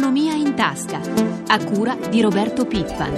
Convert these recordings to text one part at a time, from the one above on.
Economia in tasca, a cura di Roberto Pippan.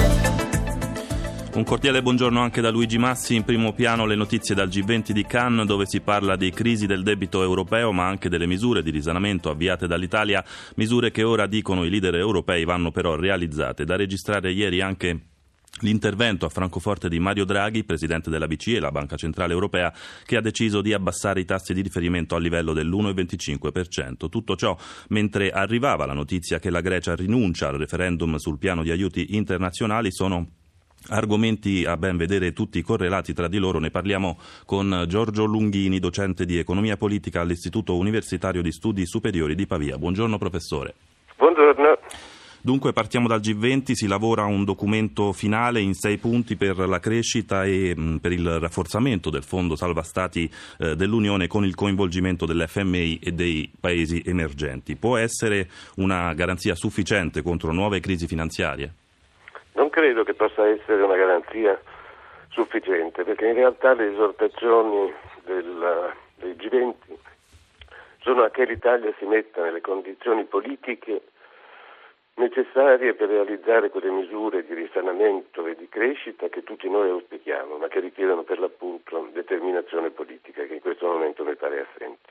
Un cordiale buongiorno anche da Luigi Massi. In primo piano le notizie dal G20 di Cannes, dove si parla di crisi del debito europeo, ma anche delle misure di risanamento avviate dall'Italia, misure che ora, dicono i leader europei, vanno però realizzate. Da registrare ieri anche l'intervento a Francoforte di Mario Draghi, presidente della BCE, la Banca Centrale Europea, che ha deciso di abbassare i tassi di riferimento al livello dell'1,25%. Tutto ciò mentre arrivava la notizia che la Grecia rinuncia al referendum sul piano di aiuti internazionali. Sono argomenti a ben vedere tutti correlati tra di loro. Ne parliamo con Giorgio Lunghini, docente di economia politica all'Istituto Universitario di Studi Superiori di Pavia. Buongiorno professore. Buongiorno. Dunque partiamo dal G20, si lavora a un documento finale in 6 punti per la crescita e per il rafforzamento del Fondo Salva Stati dell'Unione con il coinvolgimento dell'FMI e dei paesi emergenti. Può essere una garanzia sufficiente contro nuove crisi finanziarie? Non credo che possa essere una garanzia sufficiente, perché in realtà le esortazioni del G20 sono a che l'Italia si metta nelle condizioni politiche necessarie per realizzare quelle misure di risanamento e di crescita che tutti noi auspichiamo, ma che richiedono per l'appunto determinazione politica, che in questo momento mi pare assente.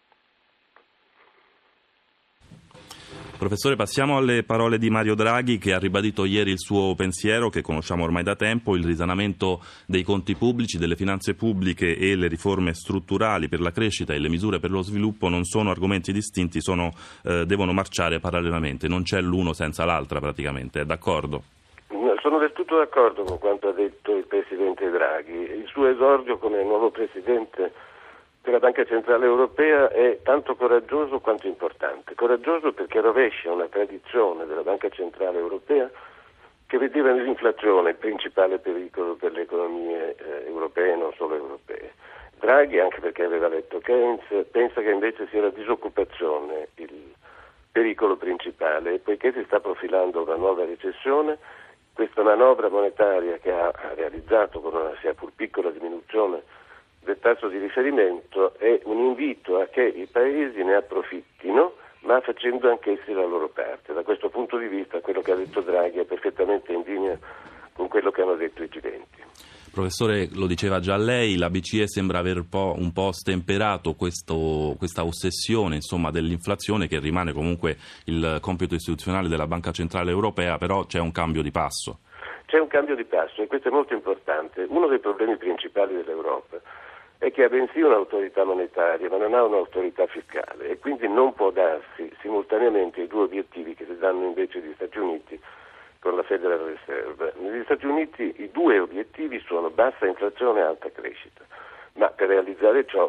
Professore, passiamo alle parole di Mario Draghi, che ha ribadito ieri il suo pensiero, che conosciamo ormai da tempo: il risanamento dei conti pubblici, delle finanze pubbliche e le riforme strutturali per la crescita e le misure per lo sviluppo non sono argomenti distinti, devono marciare parallelamente, non c'è l'uno senza l'altra praticamente, è d'accordo? Sono del tutto d'accordo con quanto ha detto il Presidente Draghi. Il suo esordio come nuovo Presidente della Banca Centrale Europea è tanto coraggioso quanto importante. Coraggioso perché rovescia una tradizione della Banca Centrale Europea che vedeva nell'inflazione il principale pericolo per le economie europee e non solo europee. Draghi, anche perché aveva letto Keynes, pensa che invece sia la disoccupazione il pericolo principale, e poiché si sta profilando una nuova recessione, questa manovra monetaria che ha realizzato con una sia pur piccola diminuzione del tasso di riferimento è un invito a che i paesi ne approfittino, ma facendo anch'essi la loro parte. Da questo punto di vista quello che ha detto Draghi è perfettamente in linea con quello che hanno detto i G20. Professore, lo diceva già lei, la BCE sembra aver un po' stemperato questa ossessione, dell'inflazione, che rimane comunque il compito istituzionale della Banca Centrale Europea, però c'è un cambio di passo. C'è un cambio di passo e questo è molto importante. Uno dei problemi principali dell'Europa è che ha bensì un'autorità monetaria, ma non ha un'autorità fiscale, e quindi non può darsi simultaneamente i 2 obiettivi che si danno invece agli Stati Uniti con la Federal Reserve. Negli Stati Uniti i 2 obiettivi sono bassa inflazione e alta crescita, ma per realizzare ciò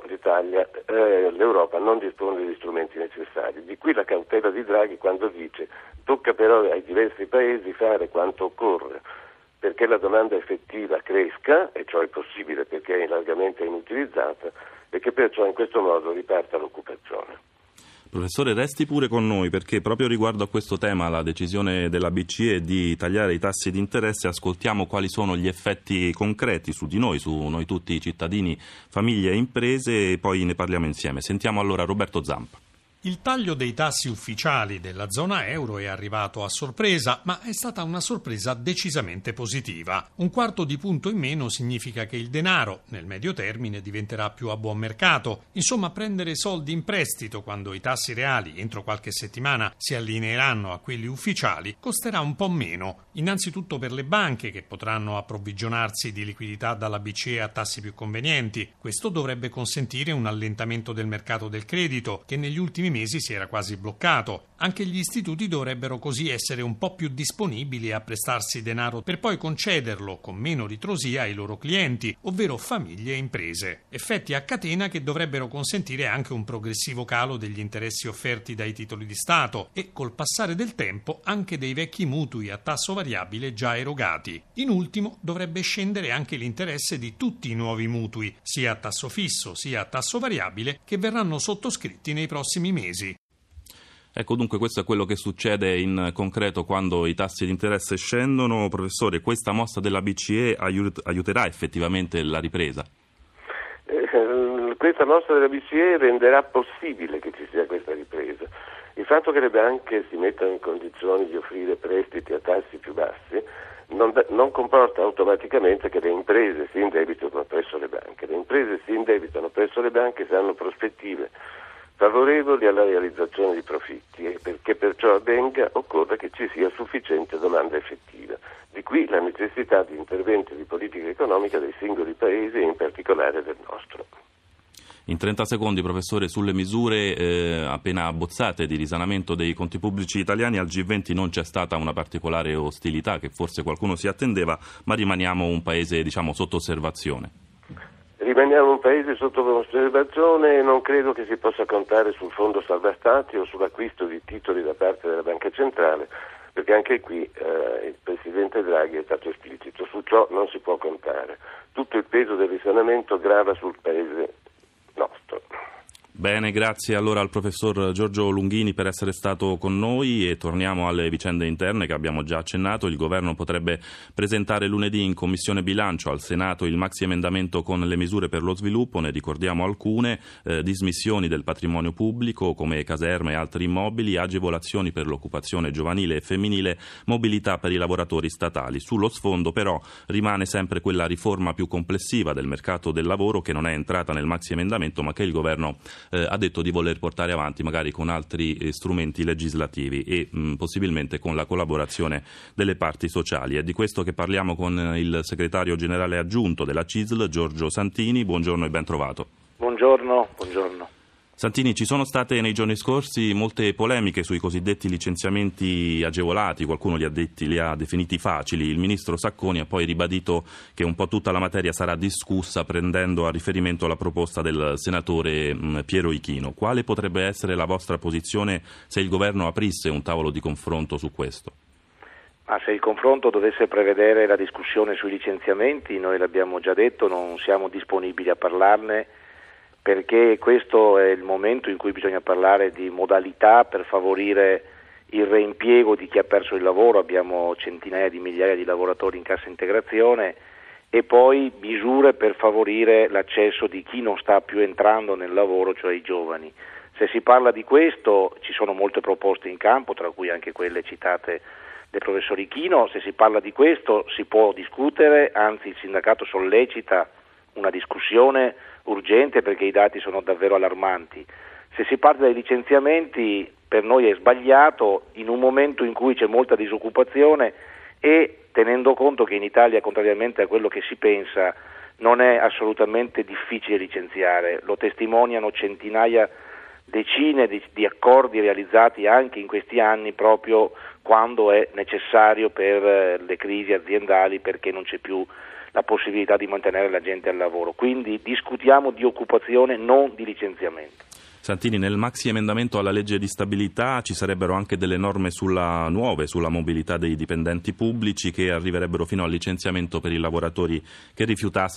l'Europa non dispone degli strumenti necessari. Di qui la cautela di Draghi quando dice: tocca però ai diversi paesi fare quanto occorre perché la domanda effettiva cresca, e ciò è possibile perché è largamente inutilizzata, e che perciò in questo modo riparta l'occupazione. Professore, resti pure con noi, perché proprio riguardo a questo tema, la decisione della BCE di tagliare i tassi di interesse, ascoltiamo quali sono gli effetti concreti su di noi, su noi tutti cittadini, famiglie e imprese, e poi ne parliamo insieme. Sentiamo allora Roberto Zampa. Il taglio dei tassi ufficiali della zona euro è arrivato a sorpresa, ma è stata una sorpresa decisamente positiva. 1/4 di punto in meno significa che il denaro, nel medio termine, diventerà più a buon mercato. Insomma, prendere soldi in prestito quando i tassi reali entro qualche settimana si allineeranno a quelli ufficiali costerà un po' meno. Innanzitutto per le banche, che potranno approvvigionarsi di liquidità dalla BCE a tassi più convenienti. Questo dovrebbe consentire un allentamento del mercato del credito, che negli ultimi mesi si era quasi bloccato. Anche gli istituti dovrebbero così essere un po' più disponibili a prestarsi denaro per poi concederlo con meno ritrosia ai loro clienti, ovvero famiglie e imprese. Effetti a catena che dovrebbero consentire anche un progressivo calo degli interessi offerti dai titoli di Stato e, col passare del tempo, anche dei vecchi mutui a tasso variabile già erogati. In ultimo, dovrebbe scendere anche l'interesse di tutti i nuovi mutui, sia a tasso fisso sia a tasso variabile, che verranno sottoscritti nei prossimi mesi. Ecco, dunque questo è quello che succede in concreto quando i tassi di interesse scendono. Professore, questa mossa della BCE aiuterà effettivamente la ripresa? Questa mossa della BCE renderà possibile che ci sia questa ripresa. Il fatto che le banche si mettano in condizioni di offrire prestiti a tassi più bassi non comporta automaticamente che le imprese si indebitano presso le banche. Le imprese si indebitano presso le banche se hanno prospettive favorevoli alla realizzazione di profitti, e perché per ciò avvenga occorre che ci sia sufficiente domanda effettiva. Di qui la necessità di interventi di politica economica dei singoli paesi e in particolare del nostro. In 30 secondi, professore, sulle misure appena abbozzate di risanamento dei conti pubblici italiani, al G20 non c'è stata una particolare ostilità che forse qualcuno si attendeva, ma rimaniamo un paese, sotto osservazione. Rimaniamo un paese sotto osservazione e non credo che si possa contare sul fondo salva stati o sull'acquisto di titoli da parte della Banca Centrale, perché anche qui il Presidente Draghi è stato esplicito, su ciò non si può contare. Tutto il peso del risanamento grava sul paese nostro. Bene, grazie allora al professor Giorgio Lunghini per essere stato con noi, e torniamo alle vicende interne che abbiamo già accennato. Il governo potrebbe presentare lunedì in Commissione Bilancio al Senato il maxiemendamento con le misure per lo sviluppo, ne ricordiamo alcune: dismissioni del patrimonio pubblico come caserme e altri immobili, agevolazioni per l'occupazione giovanile e femminile, mobilità per i lavoratori statali. Sullo sfondo però rimane sempre quella riforma più complessiva del mercato del lavoro che non è entrata nel maxiemendamento, ma che il governo ha detto di voler portare avanti magari con altri strumenti legislativi e possibilmente con la collaborazione delle parti sociali. È di questo che parliamo con il segretario generale aggiunto della CISL, Giorgio Santini. Buongiorno e ben trovato. Buongiorno. Santini, ci sono state nei giorni scorsi molte polemiche sui cosiddetti licenziamenti agevolati, qualcuno li ha definiti facili. Il ministro Sacconi ha poi ribadito che un po' tutta la materia sarà discussa prendendo a riferimento la proposta del senatore Piero Ichino. Quale potrebbe essere la vostra posizione se il governo aprisse un tavolo di confronto su questo? Ma se il confronto dovesse prevedere la discussione sui licenziamenti, noi l'abbiamo già detto, non siamo disponibili a parlarne, perché questo è il momento in cui bisogna parlare di modalità per favorire il reimpiego di chi ha perso il lavoro. Abbiamo centinaia di migliaia di lavoratori in cassa integrazione, e poi misure per favorire l'accesso di chi non sta più entrando nel lavoro, cioè i giovani. Se si parla di questo ci sono molte proposte in campo, tra cui anche quelle citate del professor Ichino. Se si parla di questo si può discutere, anzi il sindacato sollecita una discussione urgente perché i dati sono davvero allarmanti. Se si parla dei licenziamenti, per noi è sbagliato in un momento in cui c'è molta disoccupazione e tenendo conto che in Italia, contrariamente a quello che si pensa, non è assolutamente difficile licenziare. Lo testimoniano decine di accordi realizzati anche in questi anni, proprio quando è necessario per le crisi aziendali, perché non c'è più la possibilità di mantenere la gente al lavoro. Quindi discutiamo di occupazione, non di licenziamento. Santini, nel maxi emendamento alla legge di stabilità ci sarebbero anche delle norme sulla mobilità dei dipendenti pubblici, che arriverebbero fino al licenziamento per i lavoratori che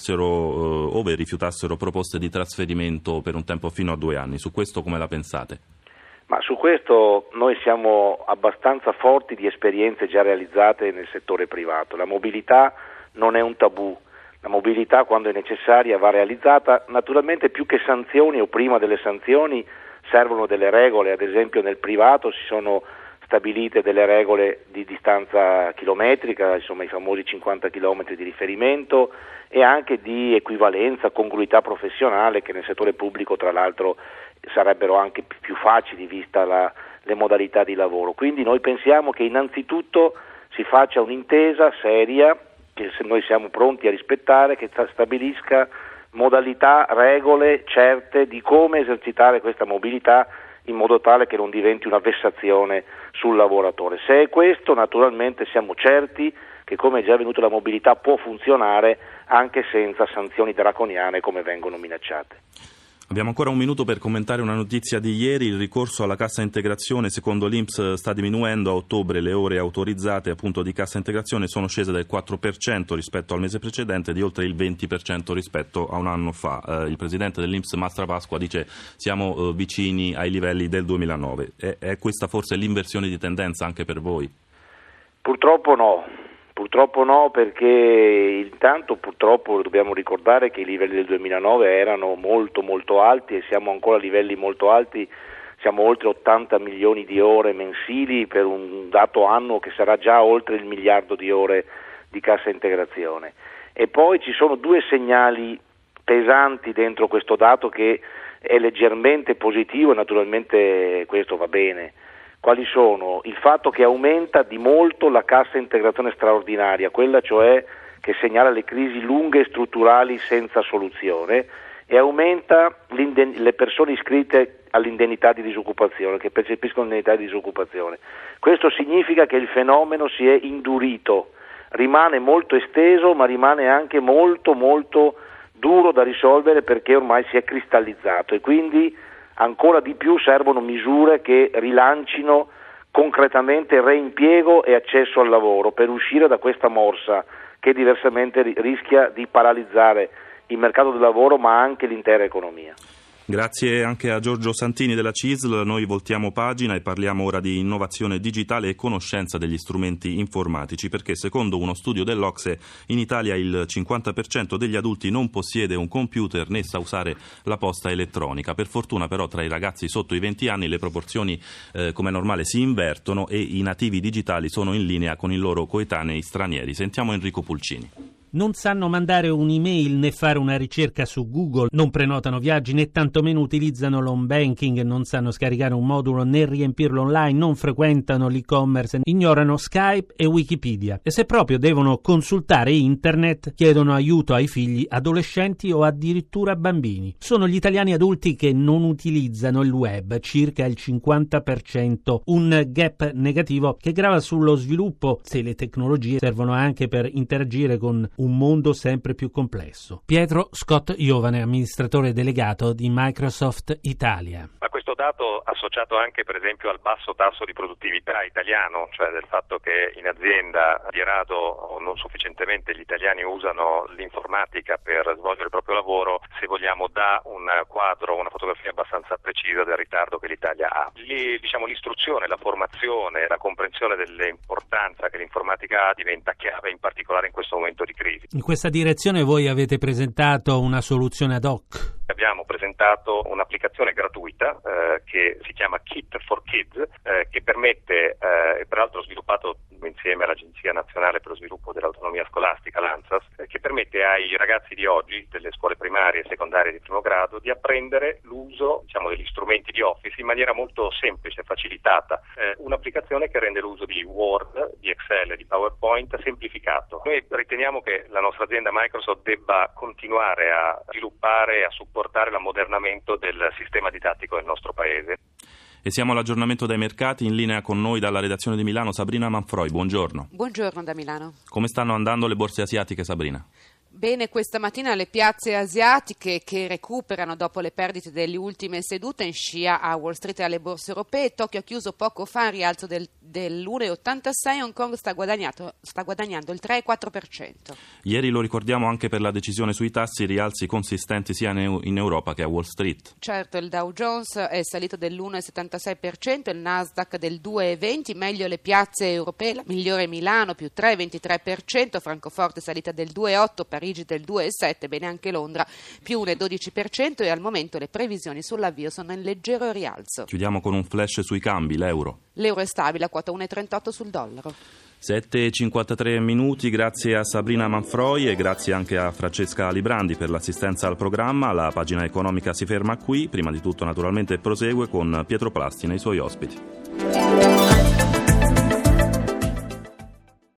ove rifiutassero proposte di trasferimento per un tempo fino a 2 anni. Su questo come la pensate? Ma su questo noi siamo abbastanza forti di esperienze già realizzate nel settore privato. La mobilità non è un tabù. La mobilità, quando è necessaria, va realizzata. Naturalmente, più che sanzioni o prima delle sanzioni servono delle regole. Ad esempio nel privato si sono stabilite delle regole di distanza chilometrica, insomma i famosi 50 chilometri di riferimento, e anche di equivalenza, congruità professionale, che nel settore pubblico tra l'altro sarebbero anche più facili vista le modalità di lavoro. Quindi noi pensiamo che innanzitutto si faccia un'intesa seria, che noi siamo pronti a rispettare, che stabilisca modalità, regole certe di come esercitare questa mobilità in modo tale che non diventi una vessazione sul lavoratore. Se è questo, naturalmente siamo certi che, come è già avvenuto, la mobilità può funzionare anche senza sanzioni draconiane come vengono minacciate. Abbiamo ancora un minuto per commentare una notizia di ieri. Il ricorso alla cassa integrazione, secondo l'INPS, sta diminuendo. A ottobre le ore autorizzate appunto di cassa integrazione sono scese del 4% rispetto al mese precedente, di oltre il 20% rispetto a un anno fa. Il presidente dell'INPS, Mastrapasqua, dice siamo vicini ai livelli del 2009. È questa forse l'inversione di tendenza anche per voi? Purtroppo no. Purtroppo no, perché intanto purtroppo dobbiamo ricordare che i livelli del 2009 erano molto molto alti e siamo ancora a livelli molto alti, siamo oltre 80 milioni di ore mensili per un dato annuo che sarà già oltre il miliardo di ore di cassa integrazione. E poi ci sono due segnali pesanti dentro questo dato che è leggermente positivo e naturalmente questo va bene. Quali sono? Il fatto che aumenta di molto la cassa integrazione straordinaria, quella cioè che segnala le crisi lunghe e strutturali senza soluzione, e aumenta le persone iscritte all'indennità di disoccupazione, che percepiscono l'indennità di disoccupazione. Questo significa che il fenomeno si è indurito, rimane molto esteso, ma rimane anche molto molto duro da risolvere perché ormai si è cristallizzato, e quindi ancora di più servono misure che rilancino concretamente reimpiego e accesso al lavoro per uscire da questa morsa che diversamente rischia di paralizzare il mercato del lavoro ma anche l'intera economia. Grazie anche a Giorgio Santini della CISL. Noi voltiamo pagina e parliamo ora di innovazione digitale e conoscenza degli strumenti informatici, perché secondo uno studio dell'Ocse in Italia il 50% degli adulti non possiede un computer né sa usare la posta elettronica. Per fortuna però tra i ragazzi sotto i 20 anni le proporzioni come è normale si invertono e i nativi digitali sono in linea con i loro coetanei stranieri. Sentiamo Enrico Pulcini. Non sanno mandare un'email né fare una ricerca su Google, non prenotano viaggi né tantomeno utilizzano l'home banking, non sanno scaricare un modulo né riempirlo online, non frequentano l'e-commerce, ignorano Skype e Wikipedia. E se proprio devono consultare internet, chiedono aiuto ai figli adolescenti o addirittura bambini. Sono gli italiani adulti che non utilizzano il web, circa il 50%, un gap negativo che grava sullo sviluppo se le tecnologie servono anche per interagire con un mondo sempre più complesso. Pietro Scott Iovane, amministratore delegato di Microsoft Italia. Ma questo dato associato anche per esempio al basso tasso di produttività italiano, cioè del fatto che in azienda di rado o non sufficientemente gli italiani usano l'informatica per svolgere il proprio lavoro, se vogliamo dà un quadro, una fotografia abbastanza precisa del ritardo che l'Italia ha. L'istruzione, la formazione, la comprensione dell'importanza che l'informatica ha diventa chiave in particolare in questo momento di crisi. In questa direzione voi avete presentato una soluzione ad hoc. Abbiamo presentato un'applicazione gratuita che si chiama Kit for Kids, che permette, peraltro sviluppato insieme all'Agenzia Nazionale per lo Sviluppo dell'Autonomia Scolastica, l'ANSAS, che permette ai ragazzi di oggi, delle scuole primarie e secondarie di primo grado, di apprendere l'uso degli strumenti di Office in maniera molto semplice e facilitata. Un'applicazione che rende l'uso di Word, di Excel e di PowerPoint semplificato. Noi riteniamo che la nostra azienda Microsoft debba continuare a sviluppare e a supportare l'ammodernamento del sistema didattico del nostro paese. E siamo all'aggiornamento dai mercati. In linea con noi dalla redazione di Milano Sabrina Manfroi, buongiorno. Buongiorno da Milano. Come stanno andando le borse asiatiche, Sabrina? Bene, questa mattina le piazze asiatiche che recuperano dopo le perdite delle ultime sedute, in scia a Wall Street e alle borse europee. Tokyo ha chiuso poco fa in rialzo dell'1,86, Hong Kong sta guadagnando il 3,4%. Ieri lo ricordiamo anche per la decisione sui tassi, rialzi consistenti sia in Europa che a Wall Street. Certo, il Dow Jones è salito dell'1,76%, il Nasdaq del 2,20%, meglio le piazze europee, la migliore Milano più 3,23%, Francoforte salita del 2,8%, Parigi del 2,7%, bene anche Londra più 1,12%, e al momento le previsioni sull'avvio sono in leggero rialzo. Chiudiamo con un flash sui cambi, l'euro. L'euro è stabile a quota 1,38 sul dollaro. 7:53 minuti, grazie a Sabrina Manfroi e grazie anche a Francesca Librandi per l'assistenza al programma. La pagina economica si ferma qui, prima di tutto naturalmente prosegue con Pietro Plasti nei suoi ospiti.